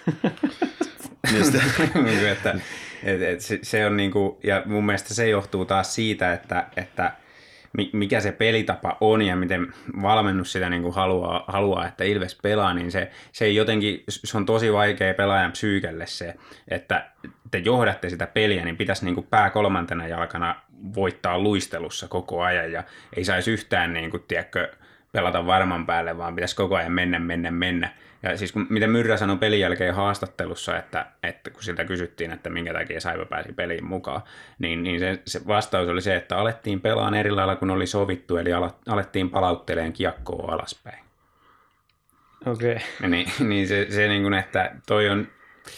S3: että, et, et se, se on niinku, ja mun mielestä se johtuu taas siitä, että, että mikä se pelitapa on ja miten valmennus sitä niinku haluaa, haluaa, että Ilves pelaa, niin se, se ei jotenkin, se on tosi vaikea pelaajan psyykelle se, että te johdatte sitä peliä, niin pitäisi niinku pää kolmantena jalkana voittaa luistelussa koko ajan ja ei saisi yhtään niinku, tiedätkö, pelata varman päälle, vaan pitäisi koko ajan mennä, mennä, mennä. Ja siis kun, mitä Myrrä sanoi pelin jälkeen haastattelussa, että, että kun siltä kysyttiin, että minkä takia Saipa pääsi peliin mukaan, niin, niin se, se vastaus oli se, että alettiin pelaan eri lailla kuin oli sovittu, eli alettiin palautteleen kiekkoa alaspäin.
S2: Okei. Okay.
S3: Niin, niin se, se niin kuin, että toi on,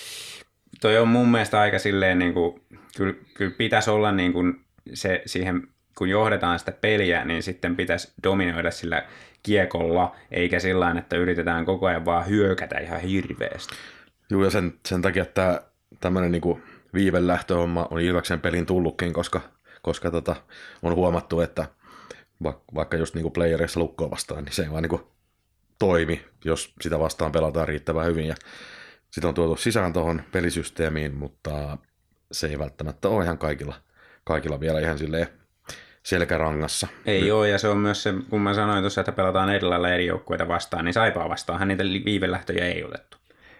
S3: toi on mun mielestä aika silleen, niin kuin, kyllä, kyllä pitäisi olla niin kuin se siihen, kun johdetaan sitä peliä, niin sitten pitäisi dominoida sillä kiekolla, eikä sillain, että yritetään koko ajan vaan hyökätä ihan hirveästi.
S4: Joo, ja sen, sen takia tämä tämmöinen niinku viivelähtöhomma on Ilveksen pelin tullutkin, koska, koska tota, on huomattu, että vaikka just niinku playerissa Lukkoa vastaan, niin se ei vaan niinku toimi, jos sitä vastaan pelataan riittävän hyvin. Ja sitä on tuotu sisään tuohon pelisysteemiin, mutta se ei välttämättä ole ihan kaikilla, kaikilla vielä ihan silleen selkärangassa.
S3: Ei ole, ja se on myös se, kun mä sanoin tuossa, että pelataan eri lailla eri joukkueita vastaan, niin Saipaa vastaanhan niitä viivelähtöjä ei otettu.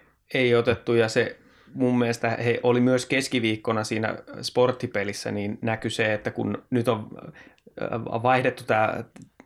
S2: Ei otettu, ja se mun mielestä he oli myös keskiviikkona siinä sporttipelissä, niin näkyi se, että kun nyt on vaihdettu tämä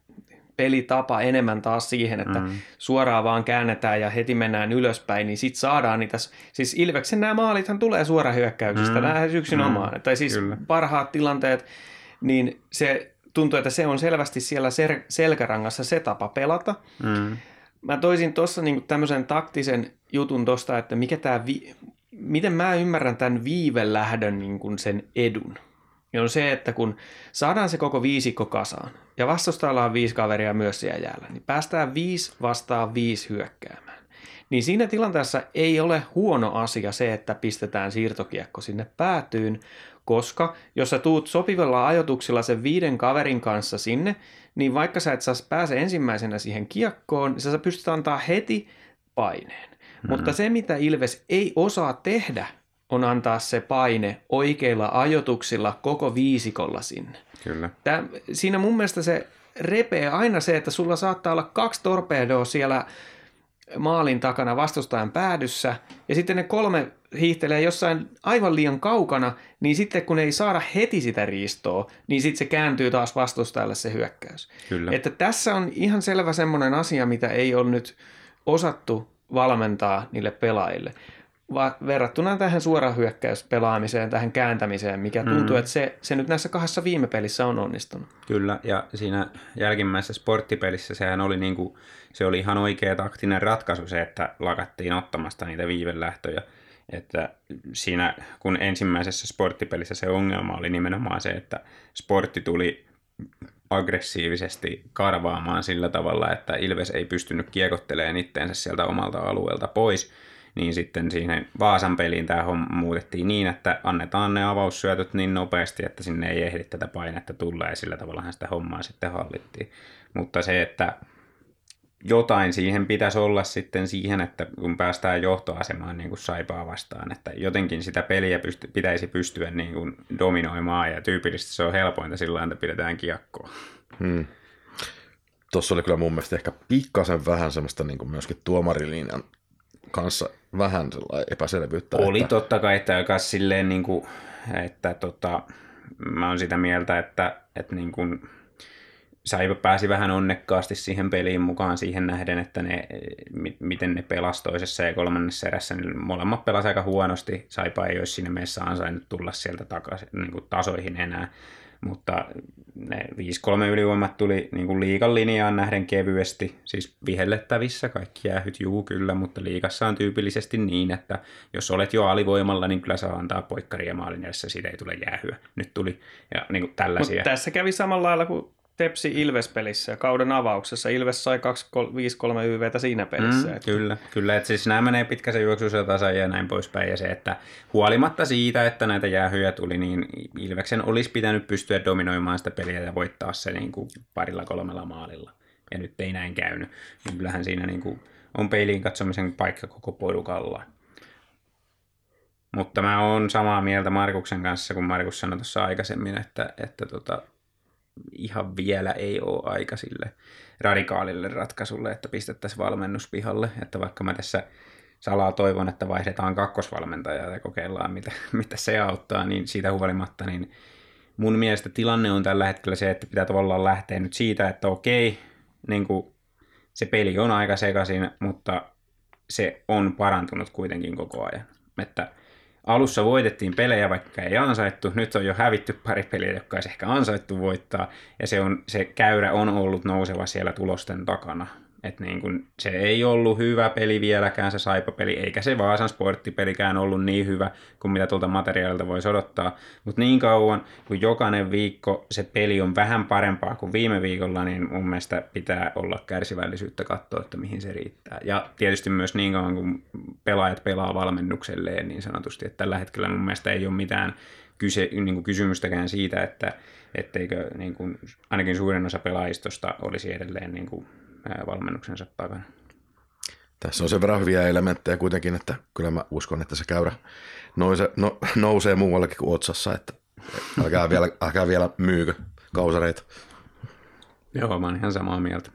S2: pelitapa enemmän taas siihen, että mm. suoraan vaan käännetään ja heti mennään ylöspäin, niin sitten saadaan niitä, siis Ilveksen nämä maalithan tulee suoraan hyökkäyksistä, mm. nämä yksin mm. omaan, tai siis Kyllä. parhaat tilanteet, niin se tuntuu, että se on selvästi siellä sel- selkärangassa se tapa pelata. Mm. Mä toisin tuossa niinku tämmöisen taktisen jutun tuosta, että mikä tää vi- miten mä ymmärrän tämän viivelähdön niinku sen edun. Ja on se, että kun saadaan se koko viisikko kasaan, ja vastustajalla on viisi kaveria myös siellä jäällä, niin päästään viisi vastaan viisi hyökkäämään. Niin siinä tilanteessa ei ole huono asia se, että pistetään siirtokiekko sinne päätyyn, koska jos sä tuut sopivalla ajoituksilla sen viiden kaverin kanssa sinne, niin vaikka sä et saa pääse ensimmäisenä siihen kiekkoon, niin sä pystyt antaa heti paineen. Mm-hmm. Mutta se, mitä Ilves ei osaa tehdä, on antaa se paine oikeilla ajoituksilla koko viisikolla sinne.
S3: Kyllä.
S2: Tää, siinä mun mielestä se repee aina se, että sulla saattaa olla kaksi torpedoa siellä maalin takana vastustajan päädyssä, ja sitten ne kolme hiihtelee jossain aivan liian kaukana, niin sitten kun ei saada heti sitä riistoa, niin sitten se kääntyy taas vastustajalle se hyökkäys.
S3: Kyllä.
S2: Että tässä on ihan selvä semmoinen asia, mitä ei ole nyt osattu valmentaa niille pelaajille. Va- verrattuna tähän suoraan hyökkäyspelaamiseen, tähän kääntämiseen, mikä tuntuu, mm. että se, se nyt näissä kahdessa viime pelissä on onnistunut.
S3: Kyllä, ja siinä jälkimmäisessä sporttipelissä sehän oli, niinku, se oli ihan oikea taktinen ratkaisu se, että lakattiin ottamasta niitä viivelähtöjä. Että siinä, kun ensimmäisessä sporttipelissä se ongelma oli nimenomaan se, että sportti tuli aggressiivisesti karvaamaan sillä tavalla, että Ilves ei pystynyt kiekottelemaan itteensä sieltä omalta alueelta pois, niin sitten siihen Vaasan peliin tämä homma muutettiin niin, että annetaan ne avaussyötöt niin nopeasti, että sinne ei ehdi tätä painetta tulla, ja sillä tavallahan sitä hommaa sitten hallittiin. Mutta se, että jotain siihen pitäisi olla sitten siihen, että kun päästään johtoasemaan niin kuin Saipaa vastaan, että jotenkin sitä peliä pysty, pitäisi pystyä niin kuin dominoimaan, ja tyypillisesti se on helpointa sillä tavalla, että pidetään kiekkoa. Hmm.
S4: Tuossa oli kyllä mun mielestä ehkä pikkasen vähän semmoista niin kuin myöskin tuomarilinjan kanssa vähän epäselvyyttä.
S3: Oli
S4: että...
S3: totta kai, että myös silleen, niin kuin, että tota, mä oon sitä mieltä, että, että niin kuin Saipa pääsi vähän onnekkaasti siihen peliin mukaan siihen nähden, että ne, miten ne pelasi toisessa ja kolmannessa erässä, niin molemmat pelasi aika huonosti. Saipa ei olisi siinä mielessä ansainnut tulla sieltä takaisin niin kuin tasoihin enää, mutta ne viisi kolme ylivoimat tuli niin kuin liigan linjaan nähden kevyesti, siis vihellettävissä kaikki jäähyt, juu kyllä, mutta liigassa on tyypillisesti niin, että jos olet jo alivoimalla, niin kyllä saa antaa poikkaria maalin edessä, siitä ei tule jäähyä. Nyt tuli ja niin kuin tällaisia.
S2: Mut tässä kävi samalla lailla kuin Tepsi Ilves-pelissä ja kauden avauksessa. Ilves sai viisi kolme Y V:tä siinä pelissä.
S3: Mm, kyllä, kyllä, että siis nämä menee pitkäsen juoksussa tasan ja näin poispäin. Ja se, että huolimatta siitä, että näitä jäähyjä tuli, niin Ilveksen olisi pitänyt pystyä dominoimaan sitä peliä ja voittaa se niin kuin parilla kolmella maalilla. Ja nyt ei näin käynyt. Niin kyllähän siinä niin kuin on peiliin katsomisen paikka koko porukalla. Mutta mä oon samaa mieltä Markuksen kanssa, kun Markus sanoi tuossa aikaisemmin, että, että tota, ihan vielä ei ole aika sille radikaalille ratkaisulle, että pistettäisiin valmennus pihalle. Että vaikka mä tässä salaa toivon, että vaihdetaan kakkosvalmentajaa ja kokeillaan, mitä, mitä se auttaa, niin siitä huolimatta, niin mun mielestä tilanne on tällä hetkellä se, että pitää tavallaan lähteä nyt siitä, että okei, niin kuin se peli on aika sekaisin, mutta se on parantunut kuitenkin koko ajan. Että alussa voitettiin pelejä, vaikka ei ansaittu. Nyt on jo hävitty pari peliä, jotka olisi ehkä ansaittu voittaa. Ja se, on, se käyrä on ollut nouseva siellä tulosten takana. Et niin kun, se ei ollut hyvä peli vieläkään, se Saipa-peli, eikä se Vaasan sporttipelikään ollut niin hyvä kuin mitä tuolta materiaalilta voisi odottaa. Mutta niin kauan, kun jokainen viikko se peli on vähän parempaa kuin viime viikolla, niin mun mielestä pitää olla kärsivällisyyttä katsoa, että mihin se riittää. Ja tietysti myös niin kauan, kun pelaajat pelaa valmennukselleen niin sanotusti, että tällä hetkellä mun mielestä ei ole mitään kyse, niin kuin kysymystäkään siitä, että etteikö niin kuin, ainakin suurin osa pelaajistosta olisi edelleen niin kuin valmennuksensa takana.
S4: Tässä on sen verran hyviä elementtejä kuitenkin, että kyllä mä uskon, että se käyrä nouse, no, nousee muuallekin kuin otsassa, että älkää vielä, älkää vielä myykö kausareita.
S3: Joo, mä oon ihan samaa mieltä.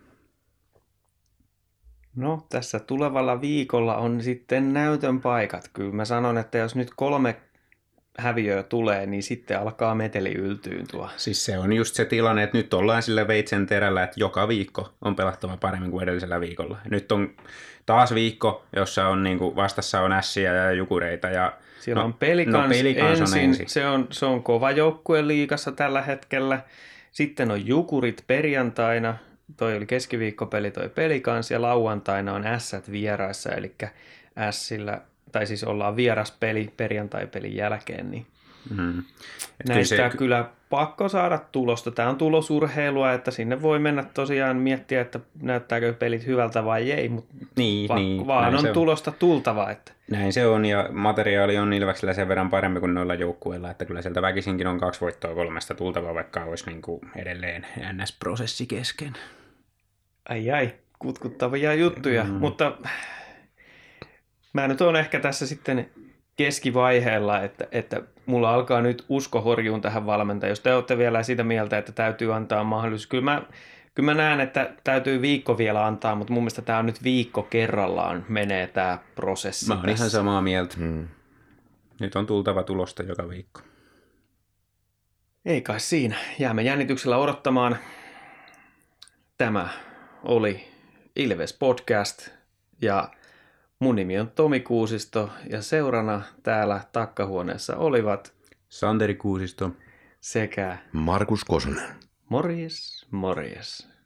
S2: No, tässä tulevalla viikolla on sitten näytön paikat. Kyllä mä sanon, että jos nyt kolme häviöä tulee, niin sitten alkaa meteli yltyyn tuo.
S3: Siis se on just se tilanne, että nyt ollaan sillä veitsen terällä, että joka viikko on pelattava paremmin kuin edellisellä viikolla. Nyt on taas viikko, jossa on niin kuin vastassa on ässiä ja jukureita. Ja
S2: siellä
S3: no,
S2: on Pelikans,
S3: no, Pelikans
S2: ensin.
S3: On ensin.
S2: Se on, se on kova joukkue liigassa tällä hetkellä. Sitten on jukurit perjantaina. Toi oli keskiviikkopeli toi Pelikans ja lauantaina on ässät vieraissa, eli ässillä, tai siis ollaan vieraspeli perjantai-pelin jälkeen, niin mm. näistä kyllä, se... kyllä pakko saada tulosta. Tämä on tulosurheilua, että sinne voi mennä tosiaan miettiä, että näyttääkö pelit hyvältä vai ei, mutta
S3: niin,
S2: pakko
S3: niin,
S2: vaan on, on tulosta tultava. Että.
S3: Näin se on, ja materiaali on Ilveksellä sen verran parempi kuin noilla joukkueilla, että kyllä sieltä väkisinkin on kaksi voittoa kolmesta tultava, vaikka olisi niin kuin edelleen N S-prosessi kesken.
S2: Ai ai, kutkuttavia juttuja, mm. mutta mä nyt on ehkä tässä sitten keskivaiheella, että, että mulla alkaa nyt usko horjuun tähän valmentajan. Jos te olette vielä sitä mieltä, että täytyy antaa mahdollisuus. Kyllä mä, kyllä mä näen, että täytyy viikko vielä antaa, mutta mun mielestä tämä on nyt viikko kerrallaan menee tämä prosessi.
S3: Mä oon ihan samaa mieltä. Hmm. Nyt on tultava tulosta joka viikko.
S2: Ei kai siinä. Jäämme jännityksellä odottamaan. Tämä oli Ilves Podcast ja Mun nimi on Tomi Kuusisto ja seurana täällä takkahuoneessa olivat
S3: Santeri Kuusisto.
S2: sekä
S4: Markus Kosonen.
S2: morjes, morjes.